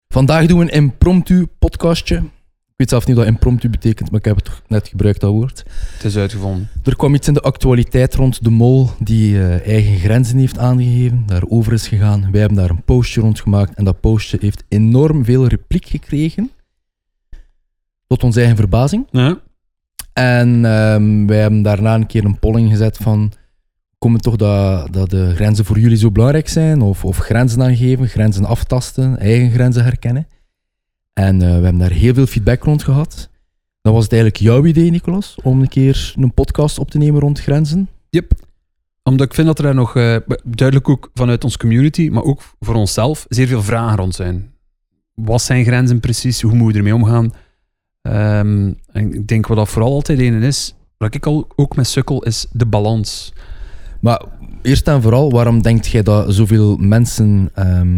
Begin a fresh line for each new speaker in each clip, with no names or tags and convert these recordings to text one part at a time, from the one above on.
Vandaag doen we een impromptu podcastje. Ik weet zelf niet wat impromptu betekent, maar ik heb het toch net gebruikt, dat woord.
Het is uitgevonden.
Er kwam iets in de actualiteit rond de mol die eigen grenzen heeft aangegeven, daarover is gegaan. Wij hebben daar een postje rond gemaakt en dat postje heeft enorm veel repliek gekregen. Tot onze eigen verbazing.
Ja.
En wij hebben daarna een keer een polling gezet van... Komen toch dat de grenzen voor jullie zo belangrijk zijn? Of grenzen aangeven, grenzen aftasten, eigen grenzen herkennen. En we hebben daar heel veel feedback rond gehad. Dan was het eigenlijk jouw idee, Nicolas, om een keer een podcast op te nemen rond grenzen.
Yep. Omdat ik vind dat er daar nog duidelijk ook vanuit onze community, maar ook voor onszelf, zeer veel vragen rond zijn. Wat zijn grenzen precies? Hoe moet je ermee omgaan? En ik denk wat dat vooral altijd een is, wat ik ook met sukkel, is de balans.
Maar eerst en vooral, waarom denk jij dat zoveel mensen...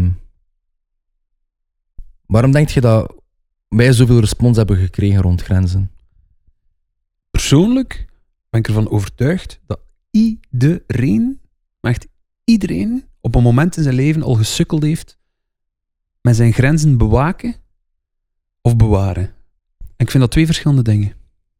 waarom denk je dat wij zoveel respons hebben gekregen rond grenzen?
Persoonlijk ben ik ervan overtuigd dat iedereen, maar echt iedereen, op een moment in zijn leven al gesukkeld heeft met zijn grenzen bewaken of bewaren. En ik vind dat twee verschillende dingen.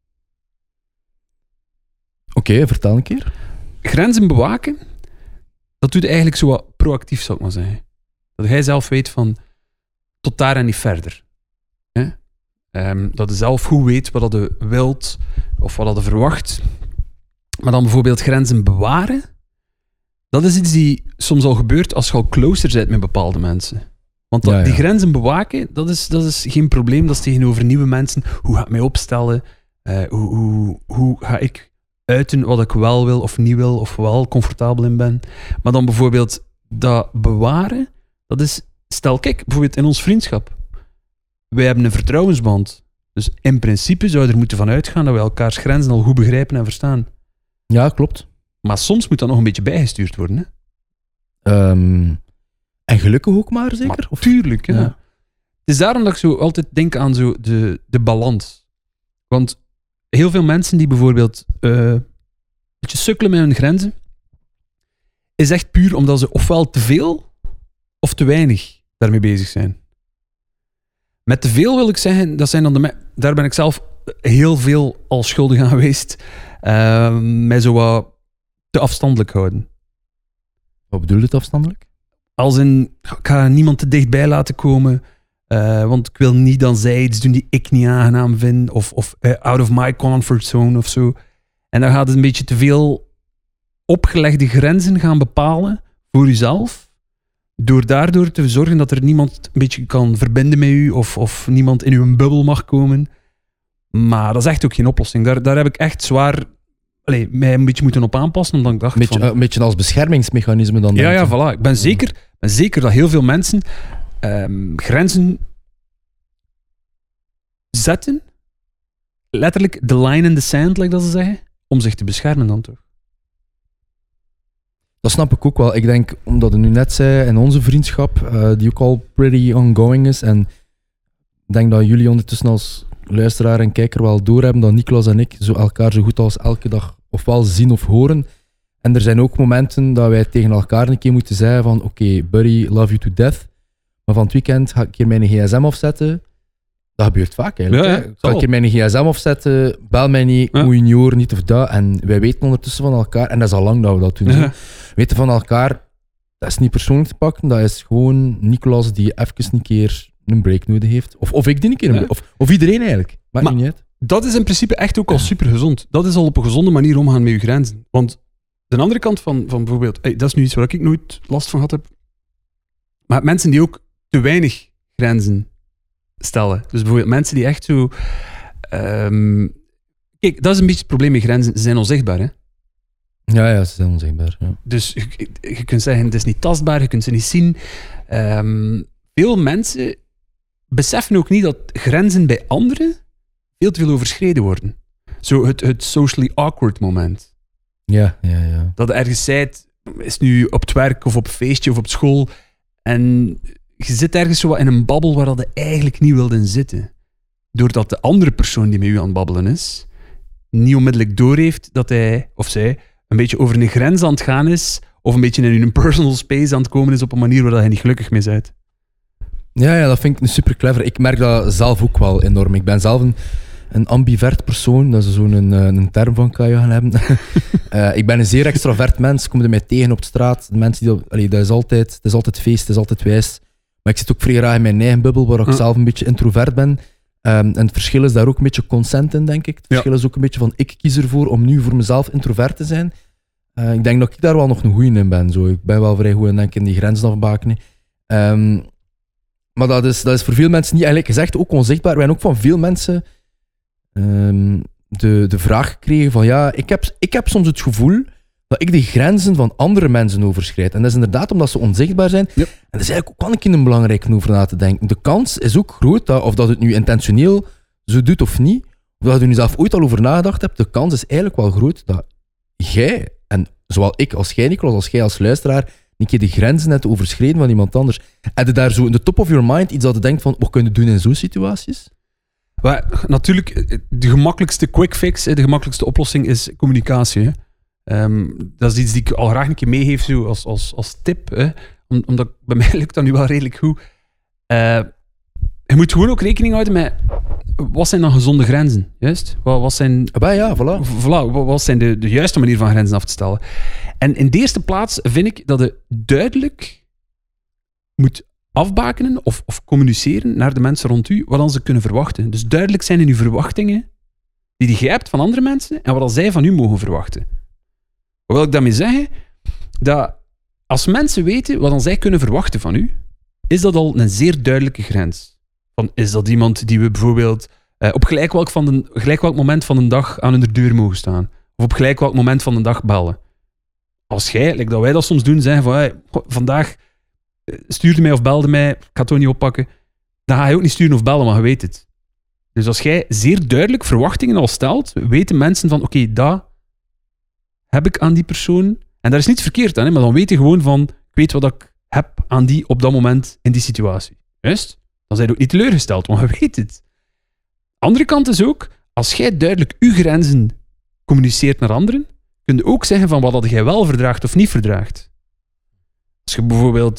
Oké, vertel een keer.
Grenzen bewaken, dat doet eigenlijk zo wat proactief, zou ik maar zeggen. Dat jij zelf weet van, tot daar en niet verder. Dat je zelf goed weet wat je wilt, of wat je verwacht. Maar dan bijvoorbeeld grenzen bewaren, dat is iets die soms al gebeurt als je al closer bent met bepaalde mensen. Want die grenzen bewaken, dat is geen probleem, dat is tegenover nieuwe mensen. Hoe ga ik mij opstellen? Hoe ga ik uiten wat ik wel wil of niet wil, of wel comfortabel in ben. Maar dan bijvoorbeeld dat bewaren, dat is... Stel, kijk, bijvoorbeeld in ons vriendschap. Wij hebben een vertrouwensband. Dus in principe zou je er moeten van uitgaan dat we elkaars grenzen al goed begrijpen en verstaan.
Ja, klopt.
Maar soms moet dat nog een beetje bijgestuurd worden, hè?
En gelukkig ook maar, zeker?
Maar, tuurlijk, ja. Het is daarom dat ik zo altijd denk aan zo de balans. Want heel veel mensen die bijvoorbeeld een beetje sukkelen met hun grenzen, is echt puur omdat ze ofwel te veel of te weinig daarmee bezig zijn. Met te veel wil ik zeggen, dat zijn dan daar ben ik zelf heel veel al schuldig aan geweest, mij zo wat te afstandelijk houden.
Wat bedoel je, afstandelijk?
Als in, ik ga niemand te dichtbij laten komen, want ik wil niet dan zij iets doen die ik niet aangenaam vind, of out of my comfort zone of zo. En dan gaat het een beetje te veel opgelegde grenzen gaan bepalen voor jezelf, door daardoor te zorgen dat er niemand een beetje kan verbinden met u, of niemand in uw bubbel mag komen. Maar dat is echt ook geen oplossing. Daar heb ik echt zwaar mij een beetje moeten op aanpassen, omdat ik dacht
een beetje als beschermingsmechanisme dan.
Ja, voilà. Ik ben zeker dat heel veel mensen grenzen zetten, letterlijk the line in the sand, like dat ze zeggen, om zich te beschermen dan toch.
Dat snap ik ook wel. Ik denk, omdat je nu net zei, in onze vriendschap, die ook al pretty ongoing is, en ik denk dat jullie ondertussen als luisteraar en kijker wel doorhebben dat Nicolas en ik elkaar zo goed als elke dag ofwel zien of horen. En er zijn ook momenten dat wij tegen elkaar een keer moeten zeggen van oké, buddy, love you to death. Maar van het weekend ga ik een keer mijn gsm afzetten. Dat gebeurt vaak eigenlijk.
Ja,
hè? Ga ik een keer mijn gsm afzetten, bel mij niet, ik moet je niet horen, niet of dat. En wij weten ondertussen van elkaar, en dat is al lang dat we dat doen.
Ja.
We weten van elkaar, dat is niet persoonlijk te pakken, dat is gewoon Nicolas die even een keer een break nodig heeft. Of ik die een keer een break. Of iedereen eigenlijk. Maakt niet uit.
Dat is in principe echt ook al super gezond. Dat is al op een gezonde manier omgaan met je grenzen. Want de andere kant van bijvoorbeeld, dat is nu iets waar ik nooit last van gehad heb, maar mensen die ook te weinig grenzen stellen. Dus bijvoorbeeld mensen die echt zo... Kijk, dat is een beetje het probleem met grenzen. Ze zijn onzichtbaar, hè?
Ja, ze zijn onzichtbaar. Ja.
Dus je kunt zeggen, het is niet tastbaar, je kunt ze niet zien. Veel mensen beseffen ook niet dat grenzen bij anderen veel te veel overschreden worden. Zo het socially awkward moment.
Ja.
Dat je ergens zijt, is nu op het werk of op een feestje of op school, en je zit ergens zo wat in een babbel waar je eigenlijk niet wilde in zitten. Doordat de andere persoon die met u aan het babbelen is, niet onmiddellijk doorheeft dat hij of zij een beetje over een grens aan het gaan is, of een beetje in een personal space aan het komen is op een manier waar hij niet gelukkig mee bent.
Ja, dat vind ik super clever. Ik merk dat zelf ook wel enorm. Ik ben zelf een ambivert persoon. Dat is zo'n een term van kan je gaan hebben. Ik ben een zeer extravert mens. Kom je mij tegen op de straat. De mensen dat is altijd feest, het is altijd wijs. Maar ik zit ook vrij graag in mijn eigen bubbel, waar ik zelf een beetje introvert ben. En het verschil is daar ook een beetje consent in, denk ik. Het verschil is ook een beetje van, ik kies ervoor om nu voor mezelf introvert te zijn. Ik denk dat ik daar wel nog een goeie in ben. Zo. Ik ben wel vrij goed in, denk ik, in die grenzen afbakenen. Maar dat is voor veel mensen niet, eigenlijk gezegd, ook onzichtbaar. We hebben ook van veel mensen de vraag gekregen van, ja, ik heb soms het gevoel dat ik de grenzen van andere mensen overschrijd. En dat is inderdaad omdat ze onzichtbaar zijn.
Yep.
En dat is eigenlijk ook wel een keer een belangrijk over na te denken. De kans is ook groot, of dat het nu intentioneel zo doet of niet, of dat je er nu zelf ooit al over nagedacht hebt, de kans is eigenlijk wel groot dat jij, en zowel ik als jij, Niklas, als jij als luisteraar, een keer de grenzen hebt overschreden van iemand anders. Heb je daar zo in de top of your mind iets dat je denkt van, wat kun je doen in zo'n situaties?
Maar natuurlijk, de gemakkelijkste quick fix, de gemakkelijkste oplossing is communicatie. Dat is iets die ik al graag een keer meegeef zo als tip. Hè. Omdat bij mij lukt dat nu wel redelijk goed. Je moet gewoon ook rekening houden met wat zijn dan gezonde grenzen. Juist? Wat zijn, wat zijn de juiste manier van grenzen af te stellen? En in de eerste plaats vind ik dat je duidelijk moet afbakenen of communiceren naar de mensen rond u wat dan ze kunnen verwachten. Dus duidelijk zijn in uw verwachtingen die jij hebt van andere mensen en wat dan zij van u mogen verwachten. Wat wil ik daarmee zeggen? Dat als mensen weten wat dan zij kunnen verwachten van u, is dat al een zeer duidelijke grens. Is dat iemand die we bijvoorbeeld op gelijk welk moment van de dag aan hun deur mogen staan? Of op gelijk welk moment van de dag bellen? Als jij, like dat wij dat soms doen, zeggen van hey, vandaag stuurde mij of belde mij, ik ga het toch niet oppakken, dan ga je ook niet sturen of bellen, maar je weet het. Dus als jij zeer duidelijk verwachtingen al stelt, weten mensen van oké, dat heb ik aan die persoon. En daar is niets verkeerd aan, hè, maar dan weet je gewoon van, ik weet wat ik heb aan die op dat moment in die situatie. Juist? Dan zijn je ook niet teleurgesteld, want je weet het. Andere kant is ook, als jij duidelijk je grenzen communiceert naar anderen, kun je ook zeggen van wat dat jij wel verdraagt of niet verdraagt. Als je bijvoorbeeld...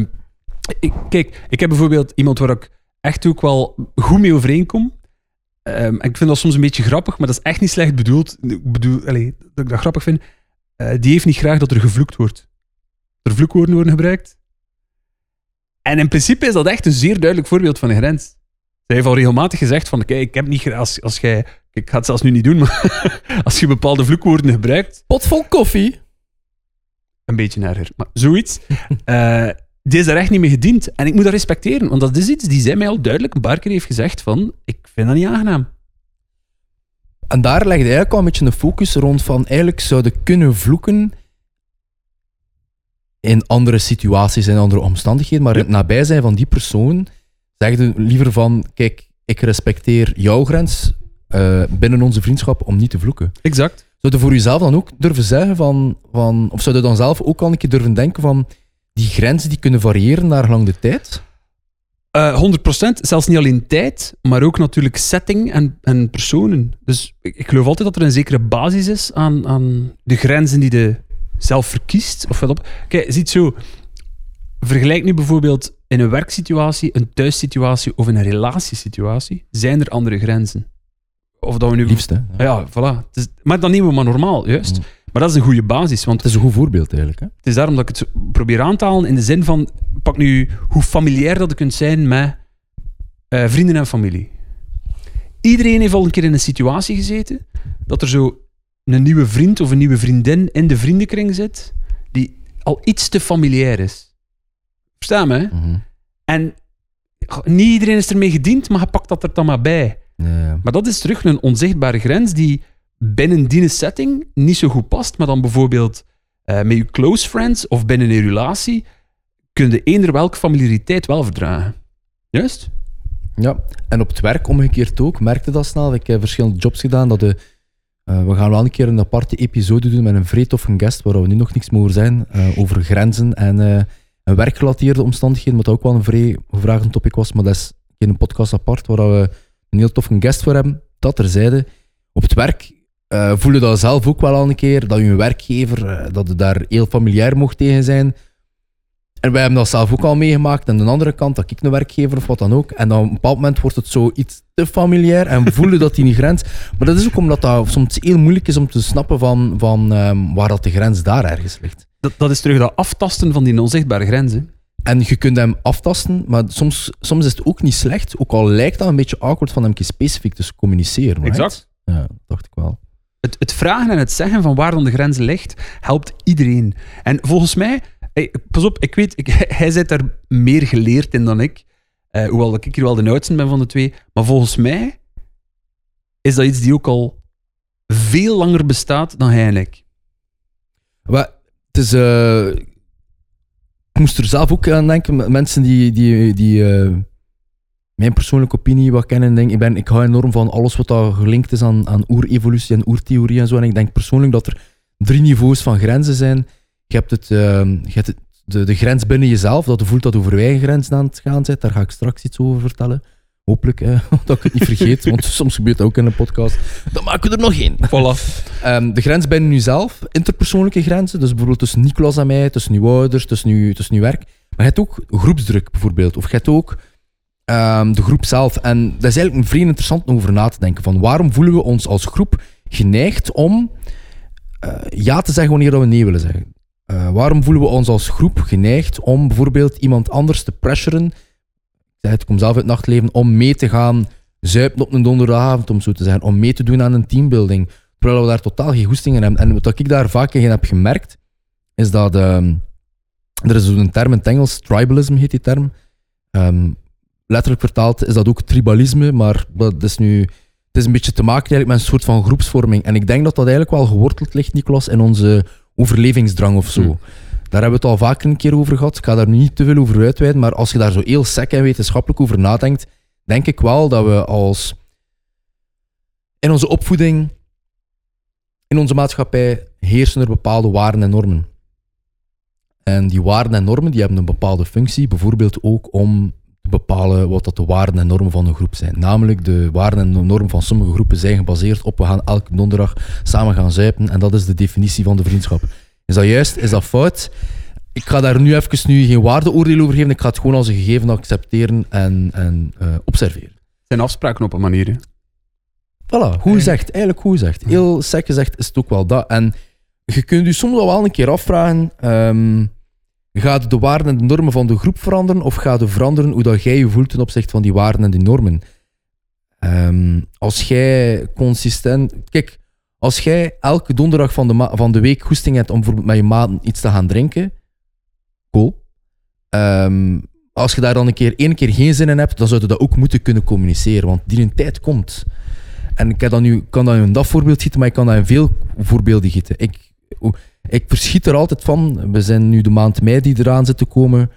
ik heb bijvoorbeeld iemand waar ik echt ook wel goed mee overeenkom. En ik vind dat soms een beetje grappig, maar dat is echt niet slecht bedoeld. Dat ik dat grappig vind. Die heeft niet graag dat er gevloekt wordt. Dat er vloekwoorden worden gebruikt. En in principe is dat echt een zeer duidelijk voorbeeld van een grens. Zij heeft al regelmatig gezegd van, kijk, ik heb niet graag, als jij... Ik ga het zelfs nu niet doen, maar als je bepaalde vloekwoorden gebruikt...
Pot vol koffie.
Een beetje erger, maar zoiets. Die is daar echt niet mee gediend. En ik moet dat respecteren, want dat is iets die zij mij al duidelijk een paar keer heeft gezegd van, ik vind dat niet aangenaam.
En daar legde eigenlijk al een beetje een focus rond van, eigenlijk zouden kunnen vloeken in andere situaties, in andere omstandigheden, maar in het nabijzijn van die persoon zeg je liever van, kijk, ik respecteer jouw grens binnen onze vriendschap om niet te vloeken.
Exact.
Zou je voor jezelf dan ook durven zeggen van of zou je dan zelf ook al een keer durven denken van, die grenzen die kunnen variëren naar gelang de tijd?
100%, zelfs niet alleen tijd, maar ook natuurlijk setting en personen. Dus ik geloof altijd dat er een zekere basis is aan de grenzen die je zelf verkiest. Of wat op. Kijk, ziet zo. Vergelijk nu bijvoorbeeld in een werksituatie, een thuissituatie of in een relatiesituatie. Zijn er andere grenzen? Of dat we nu...
Liefst, hè?
Ja, voilà. Maar dan nemen we maar normaal, juist. Maar dat is een goede basis. Want
het is een goed voorbeeld eigenlijk. Hè?
Het is daarom dat ik het probeer aan te halen in de zin van, pak nu hoe familiair dat je kunt zijn met vrienden en familie. Iedereen heeft al een keer in een situatie gezeten dat er zo een nieuwe vriend of een nieuwe vriendin in de vriendenkring zit die al iets te familiair is. Versta me, hè?
Mm-hmm.
En niet iedereen is ermee gediend, maar je pakt dat er dan maar bij.
Ja.
Maar dat is terug een onzichtbare grens die binnen die setting niet zo goed past, maar dan bijvoorbeeld met je close friends of binnen een relatie kun je eender welke familiariteit wel verdragen. Juist?
Ja, en op het werk omgekeerd ook, merkte dat snel. Ik heb verschillende jobs gedaan. We gaan wel een keer een aparte episode doen met een vrij toffe guest, waar we nu nog niks meer over zijn, over grenzen en werkgerelateerde omstandigheden, wat ook wel een vrij gevraagd topic was, maar dat is in een podcast apart, waar we een heel toffe guest voor hebben. Dat terzijde. Op het werk voel je dat zelf ook wel al een keer, dat je een werkgever, dat je daar heel familiair mocht tegen zijn. En wij hebben dat zelf ook al meegemaakt. En de andere kant, dat ik een werkgever of wat dan ook. En dan op een bepaald moment wordt het zo iets te familiair en voelen dat die grens... Maar dat is ook omdat dat soms heel moeilijk is om te snappen van waar dat de grens daar ergens ligt.
Dat is terug dat aftasten van die onzichtbare grenzen.
En je kunt hem aftasten, maar soms is het ook niet slecht. Ook al lijkt dat een beetje awkward van hem specifiek te communiceren. Right?
Exact.
Ja, dat dacht ik wel.
Het vragen en het zeggen van waar dan de grens ligt, helpt iedereen. En volgens mij... Pas op, ik weet, hij zit daar meer geleerd in dan ik. Hoewel ik hier wel de oudste ben van de twee. Maar volgens mij is dat iets die ook al veel langer bestaat dan hij en ik.
Maar het is... ik moest er zelf ook aan denken. Mensen die mijn persoonlijke opinie wat kennen. Ik hou enorm van alles wat daar gelinkt is aan oerevolutie en oertheorie en zo. En ik denk persoonlijk dat er 3 niveaus van grenzen zijn. Je hebt de grens binnen jezelf, dat je voelt dat je over je eigen grenzen aan het gaan bent. Daar ga ik straks iets over vertellen. Hopelijk, dat ik het niet vergeet, want soms gebeurt dat ook in een podcast. Dan maken we er nog één.
Voilà.
De grens binnen jezelf, interpersoonlijke grenzen, dus bijvoorbeeld tussen Nicolas en mij, tussen uw ouders, tussen uw werk. Maar je hebt ook groepsdruk bijvoorbeeld, of je hebt ook de groep zelf. En dat is eigenlijk vrij interessant om over na te denken. Van waarom voelen we ons als groep geneigd om ja te zeggen wanneer we nee willen zeggen? Waarom voelen we ons als groep geneigd om bijvoorbeeld iemand anders te pressuren? Ik kom zelf uit het nachtleven, om mee te gaan zuipen op een donderdagavond, om zo te zeggen, om mee te doen aan een teambuilding, terwijl we daar totaal geen goesting in hebben. En wat ik daar vaak in heb gemerkt, is dat er is zo'n term in het Engels, tribalism heet die term. Letterlijk vertaald is dat ook tribalisme, maar dat is nu... Het is een beetje te maken eigenlijk met een soort van groepsvorming. En ik denk dat dat eigenlijk wel geworteld ligt, Nicolas, in onze overlevingsdrang of zo. Daar hebben we het al vaker een keer over gehad. Ik ga daar nu niet te veel over uitweiden, maar als je daar zo heel sec en wetenschappelijk over nadenkt, denk ik wel dat we in onze opvoeding, in onze maatschappij, heersen er bepaalde waarden en normen. En die waarden en normen die hebben een bepaalde functie, bijvoorbeeld ook om te bepalen wat dat de waarden en normen van een groep zijn. Namelijk, de waarden en normen van sommige groepen zijn gebaseerd op we gaan elke donderdag samen gaan zuipen en dat is de definitie van de vriendschap. Is dat juist? Is dat fout? Ik ga daar nu even geen waardeoordeel over geven. Ik ga het gewoon als een gegeven accepteren en observeren.
Het zijn afspraken op een manier. Hè?
Voilà, goed gezegd. Eigenlijk goed gezegd. Heel sec gezegd is het ook wel dat. En je kunt je soms wel een keer afvragen, gaat de waarden en de normen van de groep veranderen of gaat het veranderen hoe dat jij je voelt ten opzichte van die waarden en die normen? Als jij consistent... Kijk, als jij elke donderdag van de week goesting hebt om bijvoorbeeld met je maten iets te gaan drinken, cool. Als je daar dan één keer geen zin in hebt, dan zou je dat ook moeten kunnen communiceren, want die een tijd komt. En ik kan dat in dat voorbeeld gieten, maar ik kan dat in veel voorbeelden gieten. Ik verschiet er altijd van. We zijn nu de maand mei die eraan zit te komen.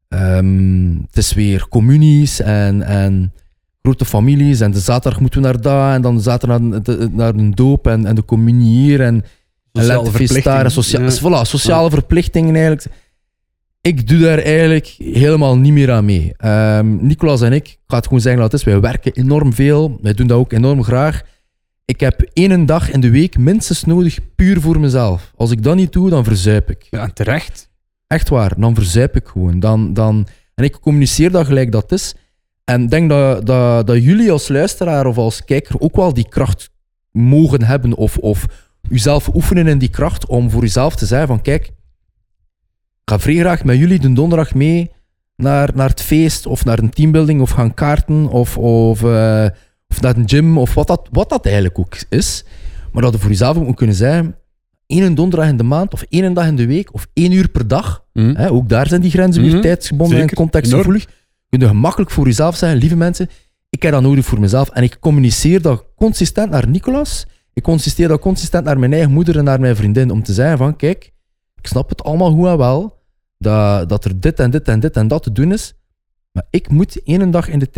Het is weer communies en grote families. En de zaterdag moeten we naar daar en dan de zaterdag naar een doop en de communie hier. En lentefeest daar. En sociale verplichtingen eigenlijk. Ik doe daar eigenlijk helemaal niet meer aan mee. Nicolas en ik ga het gewoon zeggen dat het is. Wij werken enorm veel. Wij doen dat ook enorm graag. Ik heb 1 dag in de week minstens nodig puur voor mezelf. Als ik dat niet doe, dan verzuip ik.
Ja, terecht.
Echt waar, dan verzuip ik gewoon. En ik communiceer dat gelijk dat is. En ik denk dat jullie als luisteraar of als kijker ook wel die kracht mogen hebben of uzelf oefenen in die kracht om voor uzelf te zeggen van kijk, ik ga vrij graag met jullie de donderdag mee naar het feest of naar een teambuilding of gaan kaarten of naar een gym of wat dat eigenlijk ook is. Maar dat je voor jezelf ook moet kunnen zeggen 1 donderdag in de maand of 1 dag in de week of 1 uur per dag. Ook daar zijn die grenzen weer tijdsgebonden en contextgevoelig. Kun je gemakkelijk voor jezelf zeggen, lieve mensen, ik heb dat nodig voor mezelf en ik communiceer dat consistent naar Nicolas. Ik communiceer dat consistent naar mijn eigen moeder en naar mijn vriendin om te zeggen van kijk, ik snap het allemaal goed en wel dat er dit en dit en dit en dat te doen is, maar ik moet 1 dag in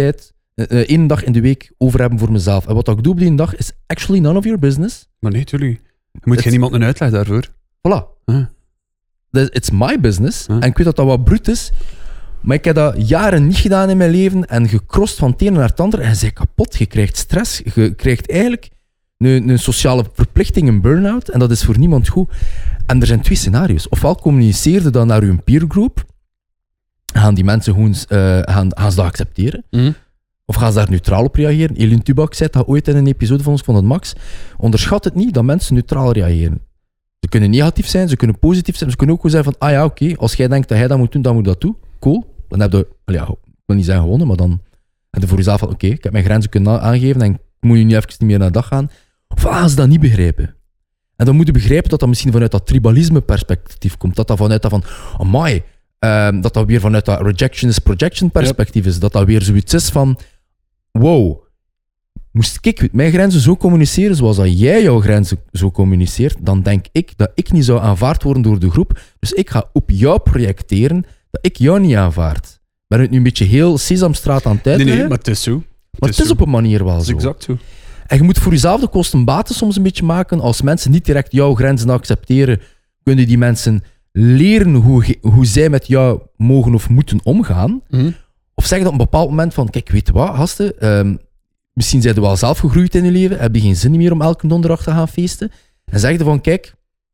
de week over hebben voor mezelf. En wat ik doe op die dag is actually none of your business.
Maar nee, tuurlijk. Moet geen iemand een uitleg daarvoor.
Voilà. It's my business. En ik weet dat dat wat bruut is, maar ik heb dat jaren niet gedaan in mijn leven en gekrost van het ene naar het andere en je bent kapot. Je krijgt stress. Je krijgt eigenlijk een sociale verplichting, een burn-out en dat is voor niemand goed. En er zijn 2 scenario's. Ofwel communiceer je dan naar je peergroep gaan die mensen gewoon gaan ze dat accepteren? Of gaan ze daar neutraal op reageren? Elin Tubak zei dat ooit in een episode van ons van het Max. Onderschat het niet dat mensen neutraal reageren. Ze kunnen negatief zijn, ze kunnen positief zijn, ze kunnen ook gewoon zeggen van, oké, als jij denkt dat jij dat moet doen, dan moet dat doen. Cool. Dan heb je, ik wil niet zeggen gewonnen, maar dan heb je voor jezelf van, oké, ik heb mijn grenzen kunnen aangeven en ik moet nu even niet meer naar de dag gaan. Of gaan ze dat niet begrijpen? En dan moet je begrijpen dat dat misschien vanuit dat tribalisme perspectief komt. Dat vanuit dat van, amai, dat weer vanuit dat rejection is projection perspectief is. Dat weer zoiets is van, wow, moest ik met mijn grenzen zo communiceren zoals dat jij jouw grenzen zo communiceert, dan denk ik dat ik niet zou aanvaard worden door de groep. Dus ik ga op jou projecteren dat ik jou niet aanvaard. Ben het nu een beetje heel Sesamstraat aan het uitleggen?
Nee, maar het is zo.
Maar het is op een manier wel zo.
Het is exact zo.
En je moet voor jezelf de kosten-baten soms een beetje maken. Als mensen niet direct jouw grenzen accepteren, kunnen die mensen leren hoe zij met jou mogen of moeten omgaan. Of zeggen op een bepaald moment van, kijk, weet je wat, gasten, misschien zijn je wel zelf gegroeid in je leven, heb je geen zin meer om elke donderdag te gaan feesten. En zeg je van, kijk,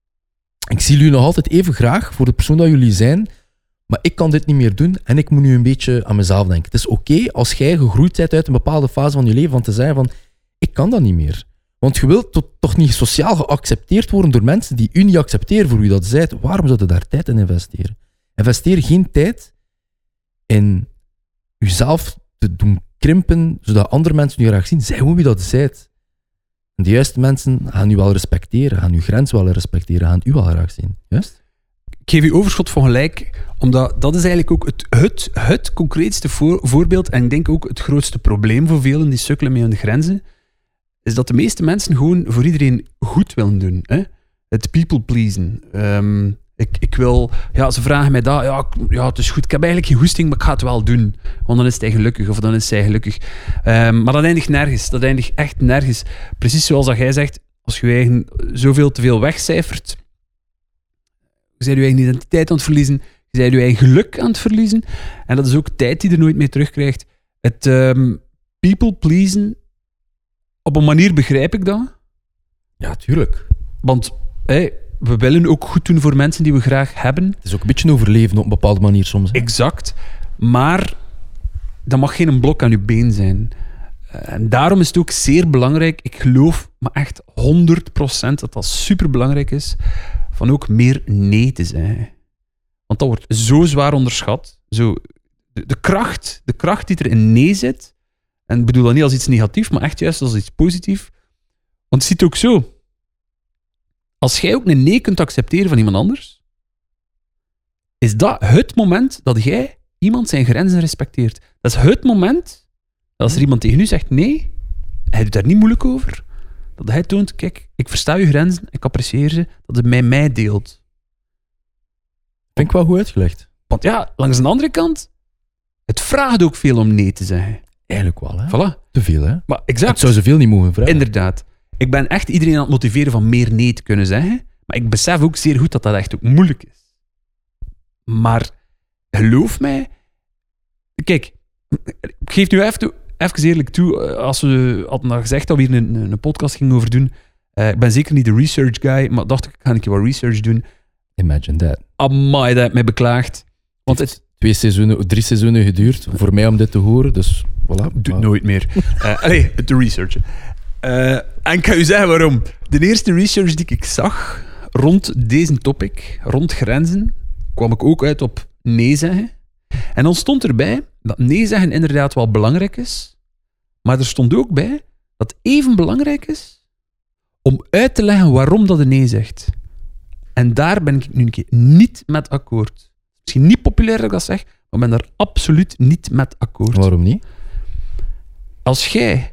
ik zie jullie nog altijd even graag voor de persoon dat jullie zijn, maar ik kan dit niet meer doen en ik moet nu een beetje aan mezelf denken. Het is oké als jij gegroeid bent uit een bepaalde fase van je leven, van te zeggen van, ik kan dat niet meer. Want je wilt toch niet sociaal geaccepteerd worden door mensen die u niet accepteren voor wie dat zijt. Waarom zou je daar tijd in investeren? Investeer geen tijd in jezelf te doen krimpen, zodat andere mensen u graag zien. Zij hoe wie dat zijt. En de juiste mensen gaan u wel respecteren, gaan uw grens wel respecteren, gaan u wel graag zien. Juist?
Ik geef u overschot van gelijk, omdat dat is eigenlijk ook het concreetste voorbeeld en ik denk ook het grootste probleem voor velen die sukkelen met hun grenzen, is dat de meeste mensen gewoon voor iedereen goed willen doen. Hè? Het people pleasen. Ik wil... Ja, ze vragen mij dat. Ja, het is goed. Ik heb eigenlijk geen goesting, maar ik ga het wel doen. Want dan is hij gelukkig of dan is zij gelukkig. Maar dat eindigt nergens. Dat eindigt echt nergens. Precies zoals dat jij zegt, als je je eigen zoveel te veel wegcijfert, je bent je eigen identiteit aan het verliezen, je bent je eigen geluk aan het verliezen. En dat is ook tijd die je er nooit meer terugkrijgt. Het people pleasen, op een manier begrijp ik dat.
Ja, tuurlijk.
Want we willen ook goed doen voor mensen die we graag hebben.
Het is ook een beetje overleven op een bepaalde manier soms. Hè?
Exact. Maar dat mag geen blok aan je been zijn. En daarom is het ook zeer belangrijk, ik geloof maar echt 100% dat dat superbelangrijk is, van ook meer nee te zeggen. Want dat wordt zo zwaar onderschat. Zo, de kracht die er in nee zit, en ik bedoel dat niet als iets negatiefs, maar echt juist als iets positiefs. Want je ziet het ook zo. Als jij ook een nee kunt accepteren van iemand anders, is dat het moment dat jij iemand zijn grenzen respecteert. Dat is het moment dat als er iemand tegen u zegt nee, hij doet daar niet moeilijk over, dat hij toont, kijk, ik versta uw grenzen, ik apprecieer ze, dat het met mij deelt.
Vind ik wel goed uitgelegd.
Want ja, langs de andere kant, het vraagt ook veel om nee te zeggen.
Eigenlijk wel, hè?
Voilà.
Te veel, hè?
Maar exact.
Het zou zoveel niet mogen vragen.
Inderdaad. Ik ben echt iedereen aan het motiveren van meer nee te kunnen zeggen, maar ik besef ook zeer goed dat dat echt ook moeilijk is. Maar geloof mij, kijk, ik geef nu even eerlijk toe, als we hadden gezegd dat we hier een podcast gingen over doen, ik ben zeker niet de research guy, maar dacht ik, ga een keer wat research doen.
Imagine that.
Amai, dat heeft mij beklaagd. Want het
3 seizoenen geduurd voor mij om dit te horen, dus voilà.
doet nooit meer. De research. En ik ga u zeggen waarom. De eerste research die ik zag rond deze topic, rond grenzen, kwam ik ook uit op nee zeggen. En dan stond erbij dat nee zeggen inderdaad wel belangrijk is, maar er stond ook bij dat het even belangrijk is om uit te leggen waarom dat een nee zegt. En daar ben ik nu een keer niet met akkoord. Misschien niet populair dat ik dat zeg, maar ik ben daar absoluut niet met akkoord.
Waarom niet?
Als jij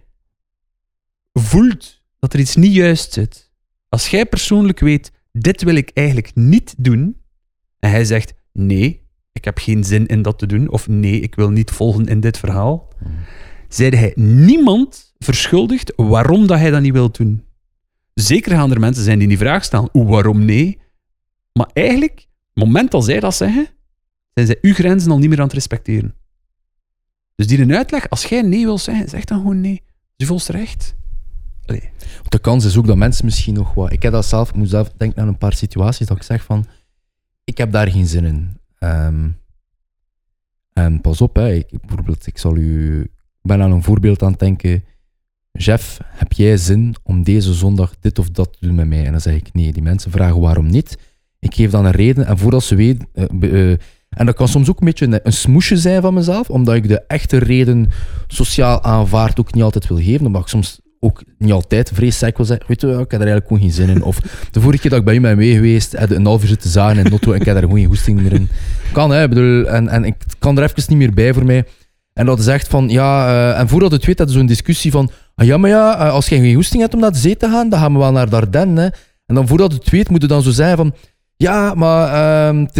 voelt dat er iets niet juist zit, als jij persoonlijk weet, dit wil ik eigenlijk niet doen, en hij zegt, nee, ik heb geen zin in dat te doen, of nee, ik wil niet volgen in dit verhaal, zeide hij niemand verschuldigd waarom dat hij dat niet wil doen. Zeker gaan er mensen zijn die die vraag stellen, waarom nee? Maar eigenlijk, het moment dat zij dat zeggen, zijn zij uw grenzen al niet meer aan het respecteren. Dus die een uitleg, als jij nee wil zeggen, zeg dan gewoon nee. Je volst recht. Allee.
De kans is ook dat mensen misschien nog wat... Ik heb dat zelf, ik moet zelf denken aan een paar situaties dat ik zeg van, ik heb daar geen zin in. En pas op, hè, ik ben aan een voorbeeld aan het denken. Jeff, heb jij zin om deze zondag dit of dat te doen met mij? En dan zeg ik nee. Die mensen vragen waarom niet. Ik geef dan een reden. En voordat ze weten... en dat kan soms ook een beetje een smoesje zijn van mezelf, omdat ik de echte reden sociaal aanvaard ook niet altijd wil geven. Dan mag ik soms ook niet altijd vrees wil zeggen, weet je wel, ik heb er eigenlijk gewoon geen zin in. Of de vorige keer dat ik bij u ben mee geweest, heb ik een half uur zitten zagen in de auto en ik heb daar gewoon geen goesting meer in. Kan, hè. Bedoel, en ik kan er even niet meer bij voor mij. En dat is echt van, en voordat het weet, had je zo'n discussie van, als je geen goesting hebt om naar de zee te gaan, dan gaan we wel naar Dardenne. Hè. En dan voordat het weet, moet je dan zo zeggen van, ja, maar het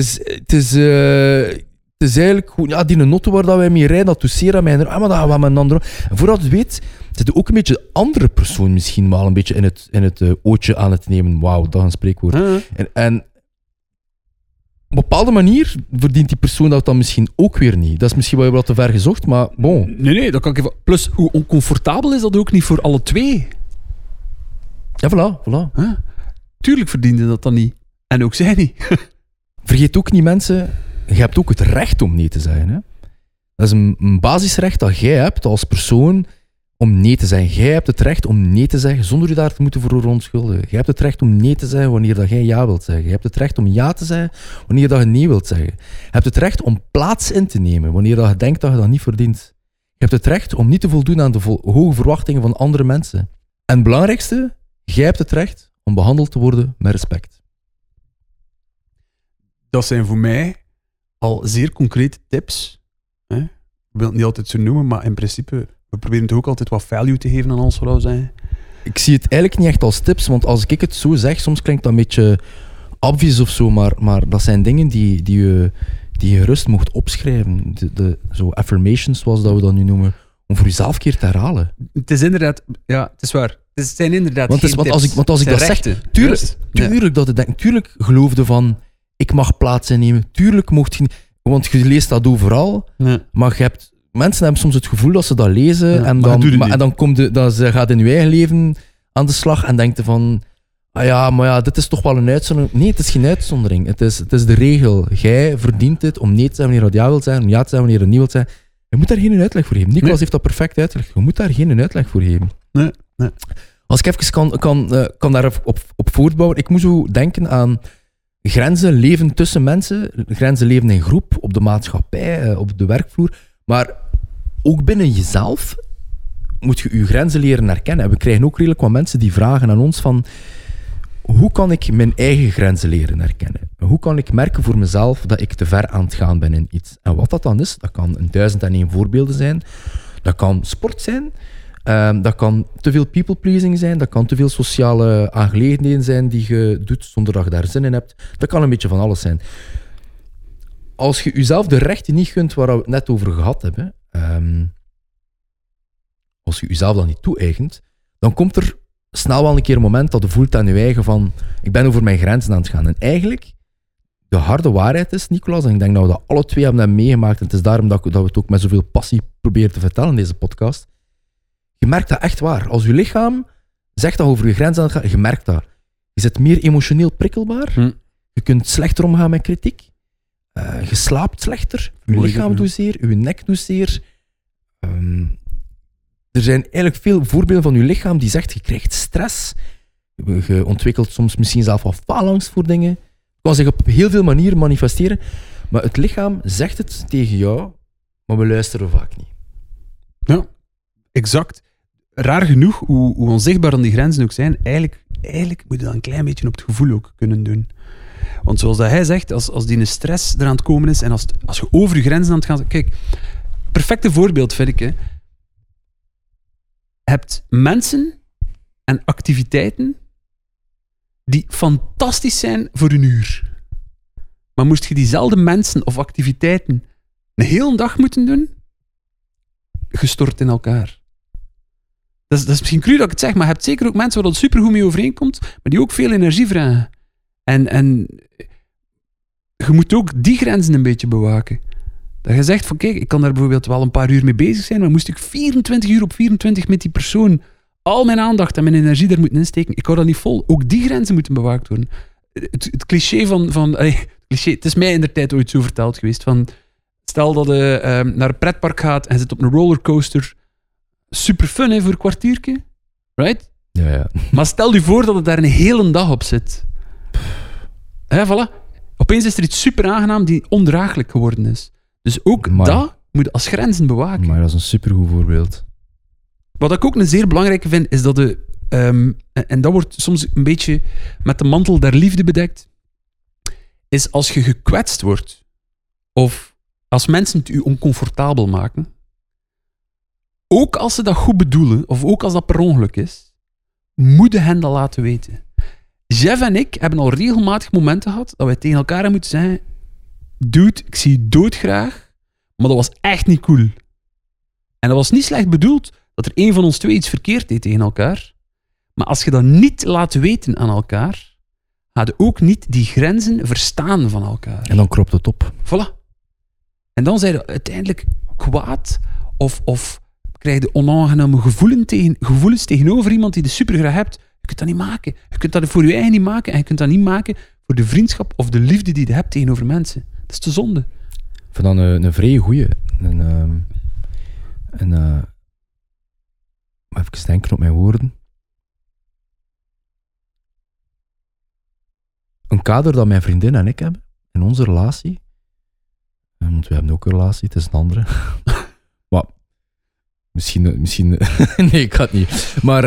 is eigenlijk goed, die auto waar dat wij mee rijden, dat toeseert aan mij. Maar dat gaan we met een andere. En voordat je het weet, zit je ook een beetje de andere persoon misschien wel een beetje in het ootje aan het nemen. Wauw, dat is een spreekwoord. En op een bepaalde manier verdient die persoon dat dan misschien ook weer niet. Dat is misschien wel wat te ver gezocht, maar bon.
Nee, dat kan ik even... Plus, hoe oncomfortabel is dat ook niet voor alle twee?
Ja, voilà.
Tuurlijk verdiende dat dan niet. En ook zij niet.
Vergeet ook niet, mensen, je hebt ook het recht om nee te zeggen. Hè? Dat is een basisrecht dat jij hebt als persoon om nee te zeggen. Jij hebt het recht om nee te zeggen zonder je daar te moeten voor verontschuldigen. Jij hebt het recht om nee te zeggen wanneer dat jij ja wilt zeggen. Je hebt het recht om ja te zeggen wanneer dat je nee wilt zeggen. Je hebt het recht om plaats in te nemen wanneer dat je denkt dat je dat niet verdient. Je hebt het recht om niet te voldoen aan de hoge verwachtingen van andere mensen. En het belangrijkste, jij hebt het recht om behandeld te worden met respect.
Dat zijn voor mij al zeer concrete tips. Hè? Ik wil het niet altijd zo noemen, maar in principe, we proberen toch ook altijd wat value te geven aan ons, wat we zeggen.
Ik zie het eigenlijk niet echt als tips, want als ik het zo zeg, soms klinkt dat een beetje obvious of zo, maar dat zijn dingen die je gerust mocht opschrijven. Zo affirmations, zoals dat we dat nu noemen, om voor jezelf een keer te herhalen.
Het is inderdaad, ja, het is waar. Het zijn inderdaad
want als ik dat
rechten.
Zeg, tuurlijk dat ik denk, tuurlijk geloofde van, ik mag plaats innemen, tuurlijk mocht je, want je leest dat overal, maar mensen hebben soms het gevoel dat ze dat lezen en dan ze gaat in je eigen leven aan de slag en denkt van, dit is toch wel een uitzondering. Nee, het is geen uitzondering. Het is de regel. Jij verdient dit om nee te zeggen wanneer je ja wilt zijn, om ja te zeggen wanneer je niet wilt zijn. Je moet daar geen uitleg voor geven. Nicolas heeft dat perfect uitgelegd. Je moet daar geen uitleg voor geven.
Nee.
Als ik even kan daar op voortbouwen. Ik moet zo denken aan grenzen leven tussen mensen, grenzen leven in groep, op de maatschappij, op de werkvloer. Maar ook binnen jezelf moet je je grenzen leren herkennen. En we krijgen ook redelijk wat mensen die vragen aan ons van, hoe kan ik mijn eigen grenzen leren herkennen? Hoe kan ik merken voor mezelf dat ik te ver aan het gaan ben in iets? En wat dat dan is, dat kan 1001 voorbeelden zijn. Dat kan sport zijn. Dat kan te veel people-pleasing zijn. Dat kan te veel sociale aangelegenheden zijn die je doet zonder dat je daar zin in hebt. Dat kan een beetje van alles zijn. Als je jezelf de rechten niet gunt waar we het net over gehad hebben, als je jezelf dat niet toe-eigent, dan komt er snel wel een keer een moment dat je voelt aan je eigen van, ik ben over mijn grenzen aan het gaan. En eigenlijk, de harde waarheid is, Nicolas, en ik denk dat we dat alle twee hebben meegemaakt, en het is daarom dat we het ook met zoveel passie proberen te vertellen in deze podcast. Je merkt dat echt waar. Als je lichaam zegt dat over je grenzen aan het gaan, je merkt dat. Je zit meer emotioneel prikkelbaar. Je kunt slechter omgaan met kritiek. Je slaapt slechter. Je lichaam doet zeer. Je nek doet zeer. Er zijn eigenlijk veel voorbeelden van je lichaam die zegt, je krijgt stress. Je ontwikkelt soms misschien zelf wat faalangst voor dingen. Het kan zich op heel veel manieren manifesteren. Maar het lichaam zegt het tegen jou, maar we luisteren vaak niet.
Ja, exact. Raar genoeg, hoe onzichtbaar dan die grenzen ook zijn, eigenlijk moet je dat een klein beetje op het gevoel ook kunnen doen. Want zoals dat hij zegt, als die stress eraan het komen is en als je over je grenzen aan het gaan zijn... Kijk, perfecte voorbeeld vind ik, hè. Je hebt mensen en activiteiten die fantastisch zijn voor een uur. Maar moest je diezelfde mensen of activiteiten een hele dag moeten doen, gestort in elkaar. Dat is misschien cru dat ik het zeg, maar je hebt zeker ook mensen waar dat supergoed mee overeenkomt, maar die ook veel energie vragen. En je moet ook die grenzen een beetje bewaken. Dat je zegt van, kijk, ik kan daar bijvoorbeeld wel een paar uur mee bezig zijn, maar moest ik 24 uur op 24 met die persoon al mijn aandacht en mijn energie daar moeten insteken, ik hou dat niet vol. Ook die grenzen moeten bewaakt worden. Het cliché van cliché, het is mij in de tijd ooit zo verteld geweest, van Stel dat je naar een pretpark gaat en zit op een rollercoaster. Super fun, hè, voor een kwartiertje. Right?
Ja.
Maar stel je voor dat het daar een hele dag op zit. Hè, voilà. Opeens is er iets super aangenaam die ondraaglijk geworden is. Dus ook dat moet je als grenzen bewaken.
Maar dat is een supergoed voorbeeld.
Wat ik ook een zeer belangrijke vind, is dat de... en dat wordt soms een beetje met de mantel der liefde bedekt, is als je gekwetst wordt, of als mensen het je oncomfortabel maken, ook als ze dat goed bedoelen, of ook als dat per ongeluk is, moet je hen dat laten weten. Jeff en ik hebben al regelmatig momenten gehad dat wij tegen elkaar hebben moeten zeggen: dude, ik zie je doodgraag, maar dat was echt niet cool. En dat was niet slecht bedoeld dat er een van ons twee iets verkeerd deed tegen elkaar. Maar als je dat niet laat weten aan elkaar, ga je ook niet die grenzen verstaan van elkaar.
En dan kropt het op.
Voilà. En dan zijn je uiteindelijk kwaad of krijg je onaangename gevoelens tegenover iemand die je super graag hebt. Je kunt dat niet maken. Je kunt dat voor je eigen niet maken en je kunt dat niet maken voor de vriendschap of de liefde die je hebt tegenover mensen. Dat is te zonde.
Ik vind dat een vrij goeie. Even denken op mijn woorden. Een kader dat mijn vriendin en ik hebben in onze relatie. Want we hebben ook een relatie, het is een andere. Maar misschien nee, ik ga het niet. Maar,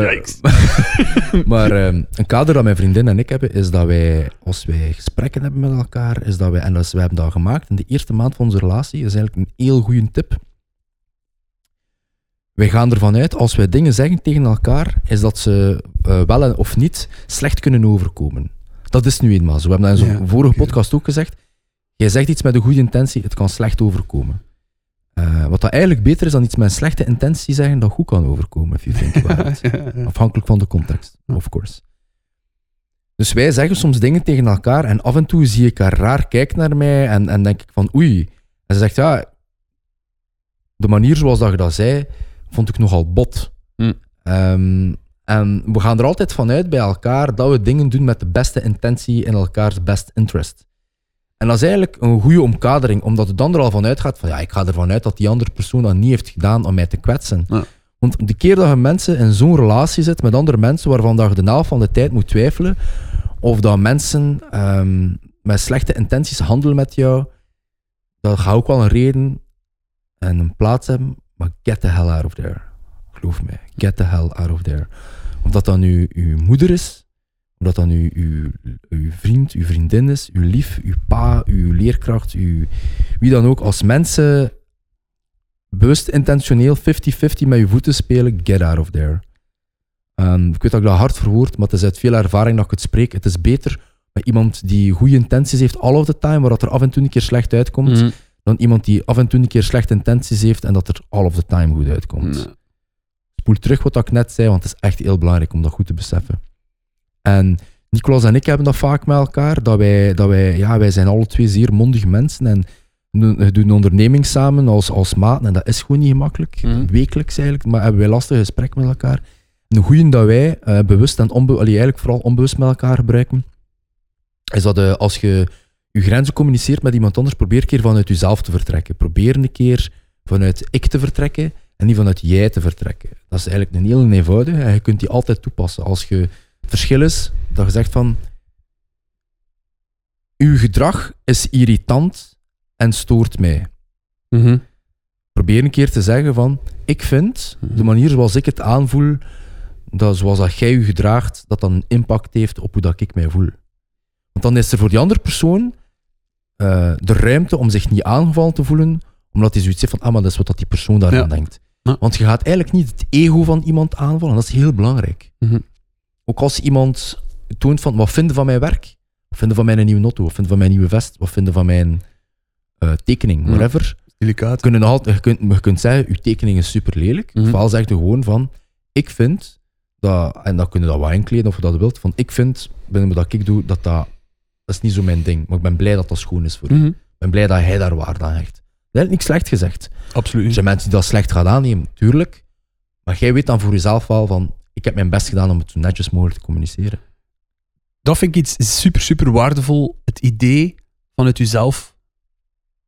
maar een kader dat mijn vriendin en ik hebben, is dat wij, als wij gesprekken hebben met elkaar, is dat wij, en we hebben dat gemaakt in de eerste maand van onze relatie, is eigenlijk een heel goede tip. Wij gaan ervan uit, als wij dingen zeggen tegen elkaar, is dat ze wel of niet slecht kunnen overkomen. Dat is nu eenmaal zo. We hebben dat in zo'n vorige podcast ook gezegd. Jij zegt iets met een goede intentie, het kan slecht overkomen. Wat dat eigenlijk beter is dan iets met een slechte intentie zeggen dat goed kan overkomen, if you think about it. Afhankelijk van de context, of course. Dus wij zeggen soms dingen tegen elkaar en af en toe zie ik haar raar kijken naar mij en denk ik van oei. En ze zegt ja, de manier zoals dat je dat zei, vond ik nogal bot. En we gaan er altijd vanuit bij elkaar dat we dingen doen met de beste intentie in elkaars best interest. En dat is eigenlijk een goede omkadering, omdat het dan er al vanuit gaat van ja, ik ga ervan uit dat die andere persoon dat niet heeft gedaan om mij te kwetsen. Ja. Want de keer dat je mensen in zo'n relatie zit met andere mensen waarvan dat je de helft van de tijd moet twijfelen of dat mensen met slechte intenties handelen met jou, dat gaat ook wel een reden en een plaats hebben, maar get the hell out of there. Geloof mij, get the hell out of there. Of dat dan nu uw moeder is, of dat dan nu uw vriend, uw vriendin is, uw lief, uw pa, uw leerkracht, wie dan ook. Als mensen bewust intentioneel 50-50 met je voeten spelen, get out of there. Ik weet dat ik dat hard verwoord, maar het is uit veel ervaring dat ik het spreek. Het is beter met iemand die goede intenties heeft all of the time, maar dat er af en toe een keer slecht uitkomt, dan iemand die af en toe een keer slechte intenties heeft en dat er all of the time goed uitkomt. Spoel terug wat ik net zei, want het is echt heel belangrijk om dat goed te beseffen. En Nicolas en ik hebben dat vaak met elkaar, dat wij zijn alle twee zeer mondige mensen en we doen een onderneming samen als maat en dat is gewoon niet gemakkelijk, wekelijks eigenlijk, maar hebben wij lastige gesprekken met elkaar. Een goeie dat wij bewust en eigenlijk vooral onbewust met elkaar gebruiken, is dat als je je grenzen communiceert met iemand anders, probeer een keer vanuit jezelf te vertrekken. Probeer een keer vanuit ik te vertrekken en niet vanuit jij te vertrekken. Dat is eigenlijk een heel eenvoudige en je kunt die altijd toepassen. Als je het verschil is dat je zegt van uw gedrag is irritant en stoort mij. Probeer een keer te zeggen van ik vind de manier zoals ik het aanvoel, dat zoals dat jij je gedraagt, dat dan een impact heeft op hoe dat ik mij voel. Want dan is er voor die andere persoon de ruimte om zich niet aangevallen te voelen, omdat hij zoiets heeft van, maar dat is wat die persoon daarvan denkt. Ja. Want je gaat eigenlijk niet het ego van iemand aanvallen, dat is heel belangrijk. Ook als iemand toont van, wat vinden van mijn werk? Wat vinden van mijn nieuwe auto? Wat vinden van mijn nieuwe vest? Wat vinden van mijn tekening? Whatever.
Delicaat.
Je kunt zeggen, uw tekening is super lelijk. Ofwel zeg je gewoon van, ik vind dat, en dan kun je dat wat inkleden of je dat wilt, van ik vind, binnen wat ik doe, dat is niet zo mijn ding. Maar ik ben blij dat dat schoon is voor u. Ik ben blij dat hij daar waarde aan hecht. Dat is niks slecht gezegd.
Absoluut.
Er zijn mensen die dat slecht gaan aannemen, tuurlijk. Maar jij weet dan voor jezelf wel van, ik heb mijn best gedaan om het zo netjes mogelijk te communiceren.
Dat vind ik iets super, super waardevol. Het idee vanuit jezelf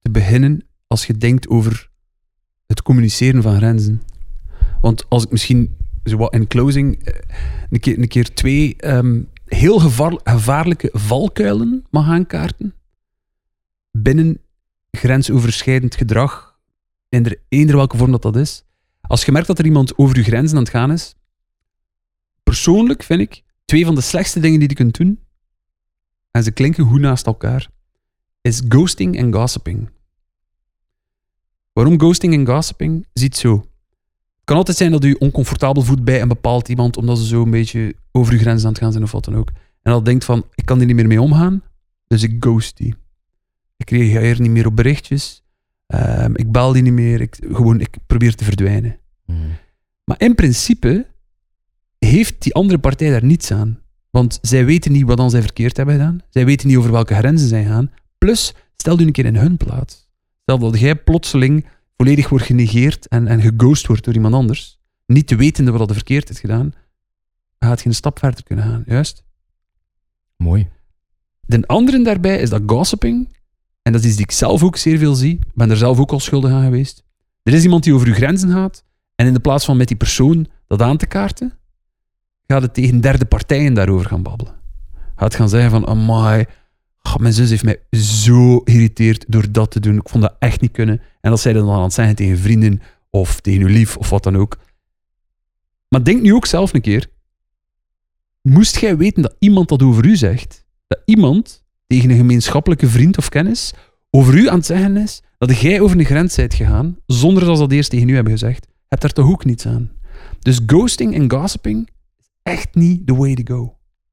te beginnen als je denkt over het communiceren van grenzen. Want als ik misschien zo wat in closing een keer 2 heel gevaarlijke valkuilen mag aankaarten binnen grensoverschrijdend gedrag, in eender welke vorm dat is. Als je merkt dat er iemand over je grenzen aan het gaan is, persoonlijk vind ik 2 van de slechtste dingen die je kunt doen, en ze klinken goed naast elkaar, is ghosting en gossiping. Waarom ghosting en gossiping? Ziet zo. Het kan altijd zijn dat u oncomfortabel voelt bij een bepaald iemand, omdat ze zo een beetje over uw grenzen aan het gaan zijn of wat dan ook. En dat denkt van, ik kan er niet meer mee omgaan, dus ik ghost die. Ik reageer niet meer op berichtjes, ik bel die niet meer, ik probeer te verdwijnen. Maar in principe heeft die andere partij daar niets aan. Want zij weten niet wat dan zij verkeerd hebben gedaan. Zij weten niet over welke grenzen zij gaan. Plus, stel u een keer in hun plaats. Stel dat jij plotseling volledig wordt genegeerd en geghost wordt door iemand anders, niet te wetende wat er verkeerd is gedaan, gaat je een stap verder kunnen gaan. Juist?
Mooi.
De andere daarbij is dat gossiping, en dat is iets die ik zelf ook zeer veel zie, ben er zelf ook al schuldig aan geweest. Er is iemand die over uw grenzen gaat, en in de plaats van met die persoon dat aan te kaarten, gaat het tegen derde partijen daarover gaan babbelen. Gaat gaan zeggen van, amai, mijn zus heeft mij zo geïrriteerd door dat te doen. Ik vond dat echt niet kunnen. En dat zij dan aan het zeggen tegen vrienden of tegen uw lief of wat dan ook. Maar denk nu ook zelf een keer. Moest jij weten dat iemand dat over u zegt, dat iemand tegen een gemeenschappelijke vriend of kennis over u aan het zeggen is dat jij over een grens bent gegaan, zonder dat ze dat eerst tegen u hebben gezegd, hebt daar toch ook niets aan. Dus ghosting en gossiping is echt niet the way to go.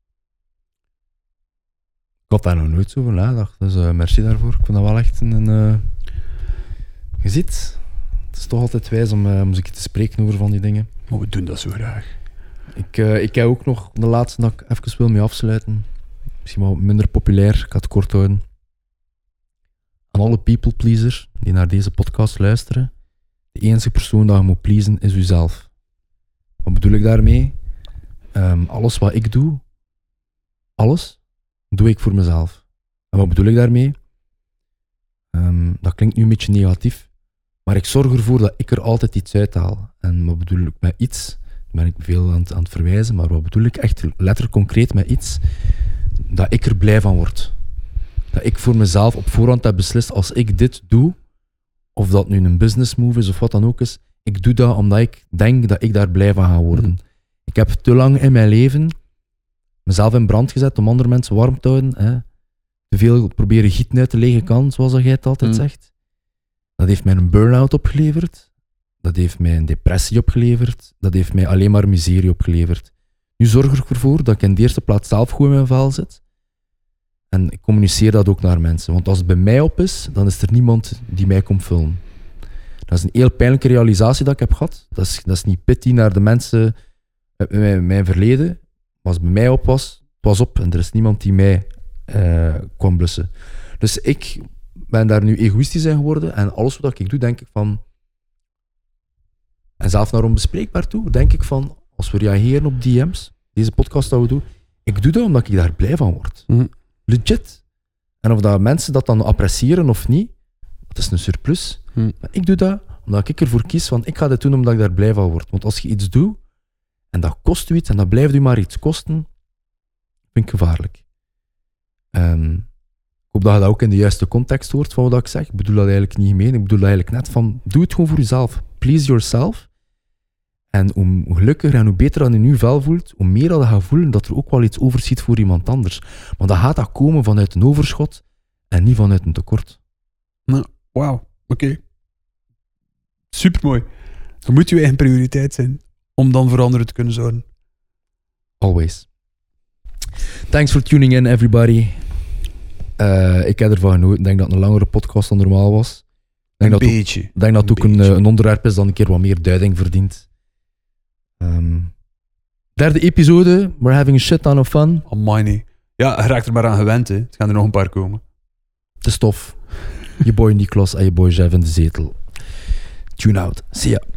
Ik had daar nog nooit zo over nagedacht, dus merci daarvoor. Ik vind dat wel echt een... Je ziet, het is toch altijd wijs om eens te spreken over van die dingen.
Maar we doen dat zo graag.
Ik heb ook nog de laatste dat ik even wil mee afsluiten. Misschien wel minder populair, ik ga het kort houden. Aan alle people pleasers die naar deze podcast luisteren, de enige persoon dat je moet pleasen is uzelf. Wat bedoel ik daarmee? Alles wat ik doe, alles, doe ik voor mezelf. En wat bedoel ik daarmee? Dat klinkt nu een beetje negatief, maar ik zorg ervoor dat ik er altijd iets uithaal. En wat bedoel ik met iets? Daar ben ik veel aan het verwijzen, maar wat bedoel ik echt letterlijk concreet met iets? Dat ik er blij van word. Dat ik voor mezelf op voorhand heb beslist, als ik dit doe, of dat nu een business move is of wat dan ook is, ik doe dat omdat ik denk dat ik daar blij van ga worden. Ik heb te lang in mijn leven mezelf in brand gezet om andere mensen warm te houden. Hè. Te veel proberen gieten uit de lege kan, zoals jij het altijd zegt. Dat heeft mij een burn-out opgeleverd. Dat heeft mij een depressie opgeleverd. Dat heeft mij alleen maar miserie opgeleverd. Nu zorg ik ervoor dat ik in de eerste plaats zelf goed in mijn vel zit. En ik communiceer dat ook naar mensen. Want als het bij mij op is, dan is er niemand die mij komt filmen. Dat is een heel pijnlijke realisatie dat ik heb gehad. Dat is niet pity naar de mensen uit mijn verleden. Maar als het bij mij op was, het was op. En er is niemand die mij kwam blussen. Dus ik ben daar nu egoïstisch in geworden. En alles wat ik doe, denk ik van... En zelf naar onbespreekbaar toe, denk ik van... Als we reageren op DM's, deze podcast dat we doen... Ik doe dat omdat ik daar blij van word. Legit. En of dat mensen dat dan appreciëren of niet, dat is een surplus. Maar ik doe dat omdat ik ervoor kies van ik ga dit doen omdat ik daar blij van word. Want als je iets doet en dat kost u iets en dat blijft u maar iets kosten, vind ik gevaarlijk. Ik hoop dat je dat ook in de juiste context hoort van wat ik zeg. Ik bedoel dat eigenlijk niet gemeen. Ik bedoel dat eigenlijk net van doe het gewoon voor jezelf. Please yourself. En hoe gelukkiger en hoe beter dat je nu vel voelt, hoe meer dat je gaat voelen dat er ook wel iets overschiet voor iemand anders. Want dan gaat dat komen vanuit een overschot en niet vanuit een tekort.
Nou, wauw. Oké. Supermooi. Dat moet je eigen prioriteit zijn om dan voor anderen te kunnen zorgen.
Always. Thanks for tuning in, everybody. Ik heb ervan genoten. Ik denk dat het een langere podcast dan normaal was. Ik denk dat het ook een onderwerp is dat een keer wat meer duiding verdient. Derde episode. We're having a shit ton of fun.
Amai nee. Ja, je raakt er maar aan gewend. Hè. Het gaan er nog een paar komen.
Het is tof. Je boy Niklas en je boy Jeff in de zetel. Tune out. See ya.